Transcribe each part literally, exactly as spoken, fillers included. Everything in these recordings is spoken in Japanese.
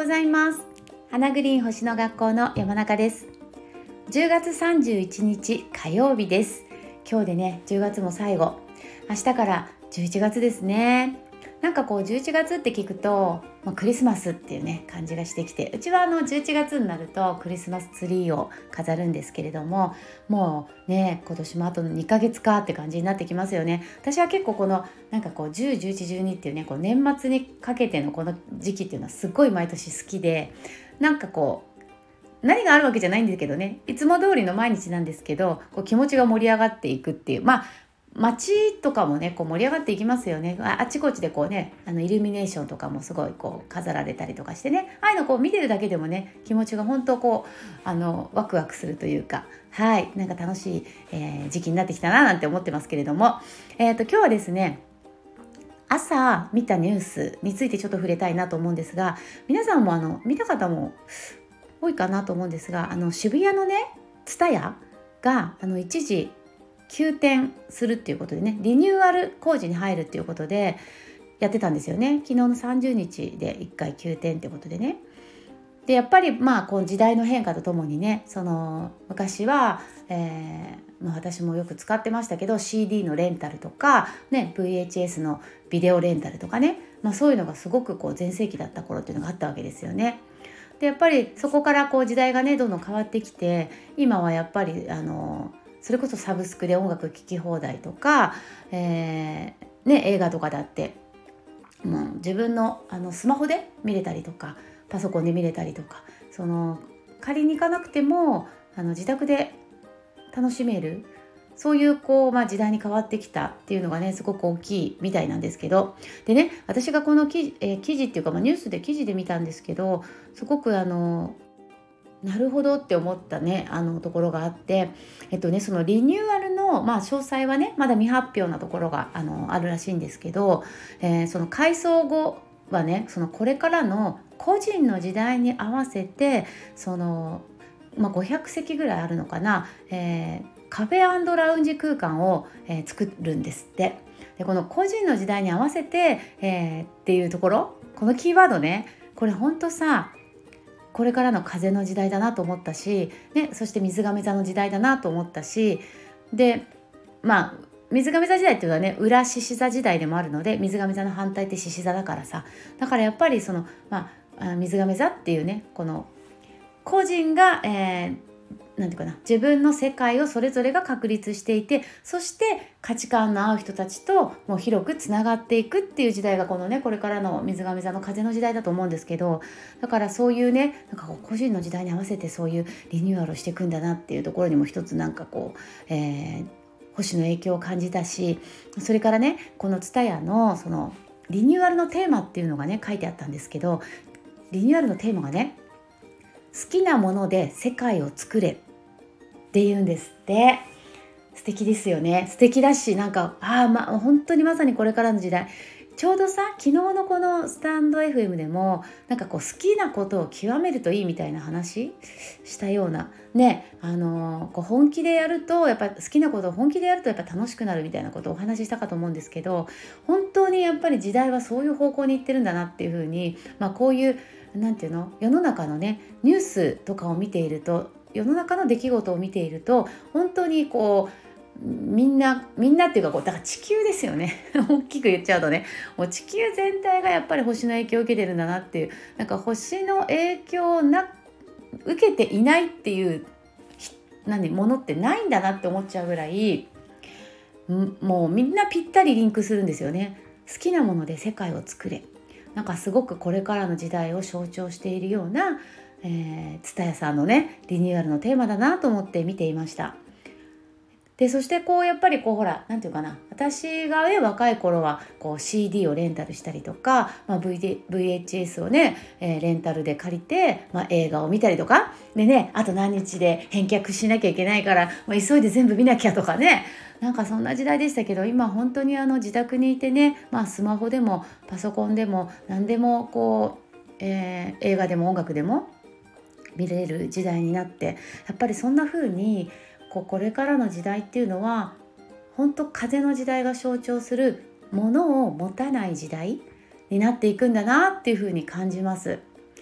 ございます。花グリーン星の学校の山中です。じゅうがつさんじゅういちにち火曜日です。今日でねじゅうがつも最後、明日からじゅういちがつですね。なんかこうじゅういちがつって聞くと、まあ、クリスマスっていうね感じがしてきて、うちはあのじゅういちがつになるとクリスマスツリーを飾るんですけれども、もうね今年もあとにかげつかって感じになってきますよね。私は結構このなんかこうじゅう、じゅういち、じゅうにっていうねこう年末にかけてのこの時期っていうのはすごい毎年好きで、なんかこう何があるわけじゃないんですけどね、いつも通りの毎日なんですけど、こう気持ちが盛り上がっていくっていう、まあ街とかもねこう盛り上がっていきますよね。あ、あちこちでこうねあのイルミネーションとかもすごいこう飾られたりとかしてね、ああいうのこう見てるだけでもね気持ちが本当こうあのワクワクするというか、はいなんか楽しい、えー時期になってきたななんて思ってますけれども、えーと今日はですね朝見たニュースについてちょっと触れたいなと思うんですが、皆さんもあの見た方も多いかなと思うんですが、あの渋谷のねTSUTAYAがあの一時休店するっていうことでね、リニューアル工事に入るっていうことでやってたんですよね。昨日のさんじゅうにちでいっかい休店ってことでね。でやっぱりまあこう時代の変化とともにね、その昔は、えーまあ、私もよく使ってましたけど シーディー のレンタルとか、ね、ブイエイチエス のビデオレンタルとかね、まあ、そういうのがすごくこう全盛期だった頃っていうのがあったわけですよね。でやっぱりそこからこう時代がねどんどん変わってきて、今はやっぱりあのそれこそサブスクで音楽聴き放題とか、えーね、映画とかだってもう自分の、あのスマホで見れたりとかパソコンで見れたりとか、その借りに行かなくてもあの自宅で楽しめる、そういうこう、まあ、時代に変わってきたっていうのがねすごく大きいみたいなんですけど、でね私がこの記事、えー記事っていうか、まあ、ニュースで記事で見たんですけど、すごくあのなるほどって思ったねあのところがあって、えっとねそのリニューアルの、まあ、詳細はねまだ未発表なところがあのあるらしいんですけど、えーその改装後はねそのこれからの個人の時代に合わせてその、まあ、ごひゃくせきぐらいあるのかな、えーカフェ&ラウンジ空間を、えー作るんですって。でこの個人の時代に合わせて、えーっていうところ、このキーワードね、これほんとさこれからの風の時代だなと思ったし、ね、そして水亀座の時代だなと思ったし、でまあ水亀座時代っていうのはね裏獅子座時代でもあるので、水亀座の反対って獅子座だからさ、だからやっぱりその、まあ、あ水亀座っていうねこの個人が、えーなんていうかな、自分の世界をそれぞれが確立していて、そして価値観の合う人たちともう広くつながっていくっていう時代がこのねこれからの水亀座の風の時代だと思うんですけど、だからそういうねなんかこう個人の時代に合わせてそういうリニューアルをしていくんだなっていうところにも一つなんかこう、えー星の影響を感じたし、それからねこのTSUTAYAのそのリニューアルのテーマっていうのがね書いてあったんですけど、リニューアルのテーマがね好きなもので世界を作れっていうんですって。素敵ですよね。素敵だし、なんかああまあ本当にまさにこれからの時代。ちょうどさ昨日のこのスタンド エフエム でもなんかこう好きなことを極めるといいみたいな話したようなね、あのーこう本気でやるとやっぱ好きなことを本気でやるとやっぱ楽しくなるみたいなことをお話ししたかと思うんですけど、本当にやっぱり時代はそういう方向に行ってるんだなっていうふうに、まあ、こういうなんていうの世の中のねニュースとかを見ていると、世の中の出来事を見ていると本当にこうみんなみんなっていうかこうだから地球ですよね大きく言っちゃうとね、もう地球全体がやっぱり星の影響を受けてるんだなっていう、なんか星の影響をな受けていないっていう何ものってないんだなって思っちゃうぐらい、んもうみんなぴったりリンクするんですよね。好きなもので世界を作れ、なんかすごくこれからの時代を象徴しているような、えー、TSUTAYAさんのねリニューアルのテーマだなと思って見ていました。でそしてこうやっぱりこうほらなんていうかな、私がね若い頃はこう シーディー をレンタルしたりとか、まあ、ブイディー ブイエイチエス をね、えーレンタルで借りて、まあ、映画を見たりとかでね、あと何日で返却しなきゃいけないから、まあ、急いで全部見なきゃとかね、なんかそんな時代でしたけど、今本当にあの自宅にいてね、まあ、スマホでもパソコンでも何でもこう、えー映画でも音楽でも見れる時代になって、やっぱりそんな風にこうこれからの時代っていうのは本当風の時代が象徴するものを持たない時代になっていくんだなっていう風に感じます。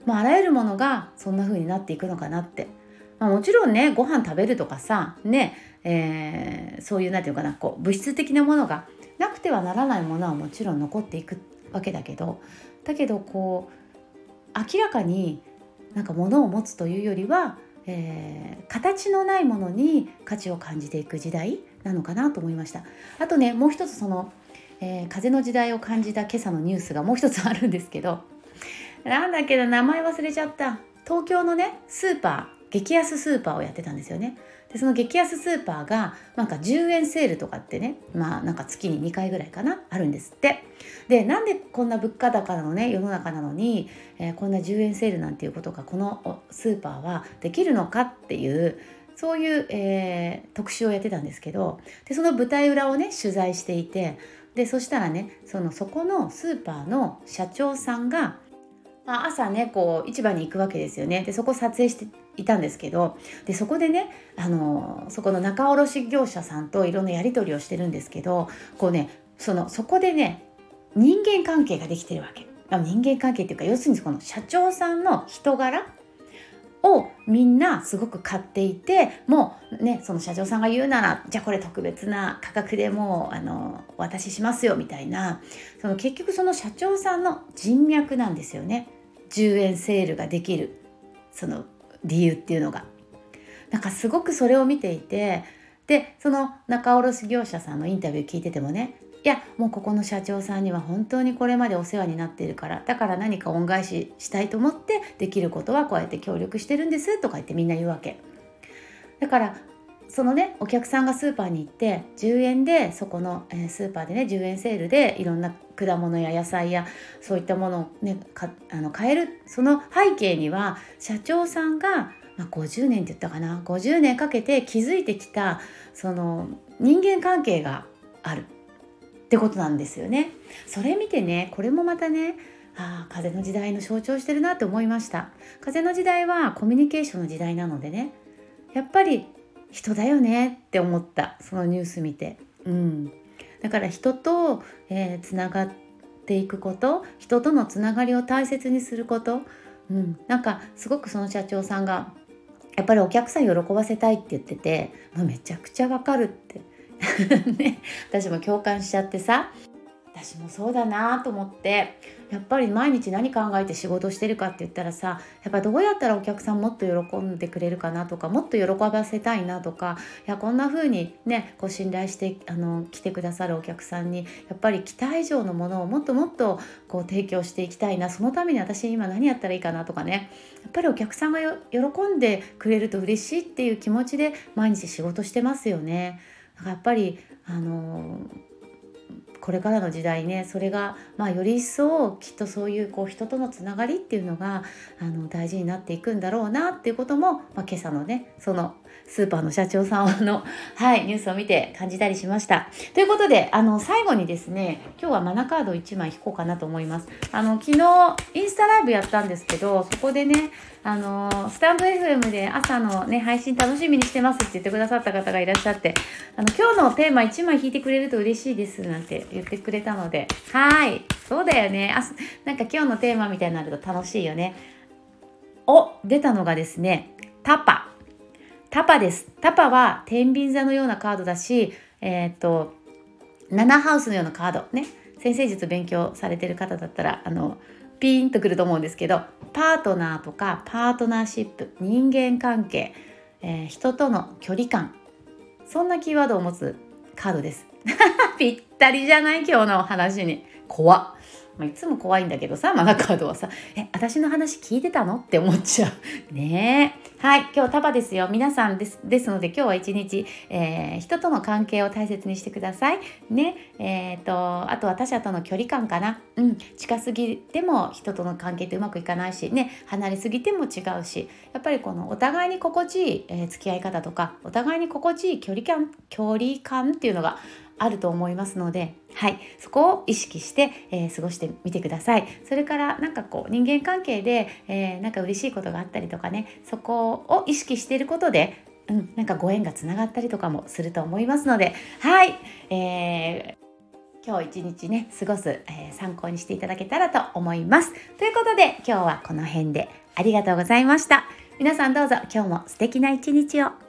まあ、あらゆるものがそんな風になっていくのかなって、まあ、もちろんねご飯食べるとかさね、えー、そういうなんていうかなこう物質的なものがなくてはならないものはもちろん残っていくわけだけど、だけどこう明らかになんか物を持つというよりは、えー、形のないものに価値を感じていく時代なのかなと思いました。あとねもう一つその、えー、風の時代を感じた今朝のニュースがもう一つあるんですけど、なんだけど名前忘れちゃった。東京のねスーパー激安スーパーをやってたんですよね。でその激安スーパーがなんかじゅうえんセールとかってね、まあなんか月ににかいぐらいかなあるんですって。でなんでこんな物価高のね世の中なのに、えー、こんなじゅうえんセールなんていうことがこのスーパーはできるのかっていうそういう、えー、特集をやってたんですけど、でその舞台裏をね取材していて、でそしたらねそのそこのスーパーの社長さんがまあ、朝ねこう市場に行くわけですよね。でそこ撮影していたんですけど、でそこでねあのそこの仲卸業者さんといろんなやり取りをしてるんですけど、こうねそのそこでね人間関係ができてるわけ。人間関係っていうか要するにこの社長さんの人柄をみんなすごく買っていて、もうねその社長さんが言うならじゃあこれ特別な価格でもうあのお渡ししますよみたいな、その結局その社長さんの人脈なんですよね。じゅうえんセールができるその理由っていうのがなんかすごくそれを見ていて、でその仲卸業者さんのインタビュー聞いててもね、いやもうここの社長さんには本当にこれまでお世話になっているから、だから何か恩返ししたいと思ってできることはこうやって協力してるんですとか言ってみんな言うわけだから、そのねお客さんがスーパーに行ってじゅうえんでそこの、えー、スーパーでねじゅうえんセールでいろんな果物や野菜やそういったものをねかあの買える、その背景には社長さんが、まあ、ごじゅうねんって言ったかなごじゅうねんかけて築いてきたその人間関係があるってことなんですよね。それ見てねこれもまたねああ風の時代の象徴してるなって思いました。風の時代はコミュニケーションの時代なのでね、やっぱり人だよねって思った、そのニュース見て、うん、だから人と、えー、つながっていくこと、人とのつながりを大切にすること、うん、なんかすごくその社長さんがやっぱりお客さん喜ばせたいって言ってて、もうめちゃくちゃわかるってね、私も共感しちゃってさ、私もそうだなと思って、やっぱり毎日何考えて仕事してるかって言ったらさ、やっぱどうやったらお客さんもっと喜んでくれるかなとか、もっと喜ばせたいなとか、いやこんな風にねこう信頼してあの来てくださるお客さんにやっぱり期待以上のものをもっともっとこう提供していきたいな、そのために私今何やったらいいかなとかね、やっぱりお客さんがよ喜んでくれると嬉しいっていう気持ちで毎日仕事してますよね。だからやっぱりあのこれからの時代ね、それが、まあ、より一層きっとそういう、こう人とのつながりっていうのがあの大事になっていくんだろうなっていうことも、まあ、今朝のねそのスーパーの社長さんの、はい、ニュースを見て感じたりしました。ということであの最後にですね、今日はマナカードいちまい引こうかなと思います。あの昨日インスタライブやったんですけど、そこでねあのスタンド エフエム で朝のね配信楽しみにしてますって言ってくださった方がいらっしゃって、あの今日のテーマいちまい引いてくれると嬉しいですなんて言ってくれたので、はいそうだよね、あなんか今日のテーマみたいになると楽しいよね。お出たのがですねタパタパです。タパは天秤座のようなカードだし、えっとナナハウスのようなカードね、先生術勉強されてる方だったらあのピーンとくると思うんですけど、パートナーとかパートナーシップ、人間関係、えー、人との距離感、そんなキーワードを持つカードですぴったりじゃない、今日の話に。怖っ、まあ、いつも怖いんだけどさ、マナカードはさ、え私の話聞いてたのって思っちゃうね。えはい、今日タパですよ皆さんです。ですので今日は一日、えー、人との関係を大切にしてくださいね。えー、とあとは他者との距離感かな、うん、近すぎても人との関係ってうまくいかないしね、離れすぎても違うし、やっぱりこのお互いに心地いい、えー、付き合い方とか、お互いに心地いい距離感距離感っていうのがあると思いますので、はい、そこを意識して、えー、過ごしてみてください。それからなんかこう人間関係で、えー、なんか嬉しいことがあったりとかね、そこを意識していることで、うん、なんかご縁がつながったりとかもすると思いますので、はい、えー今日一日ね過ごす、えー、参考にしていただけたらと思います。ということで今日はこの辺でありがとうございました。皆さんどうぞ今日も素敵な一日を。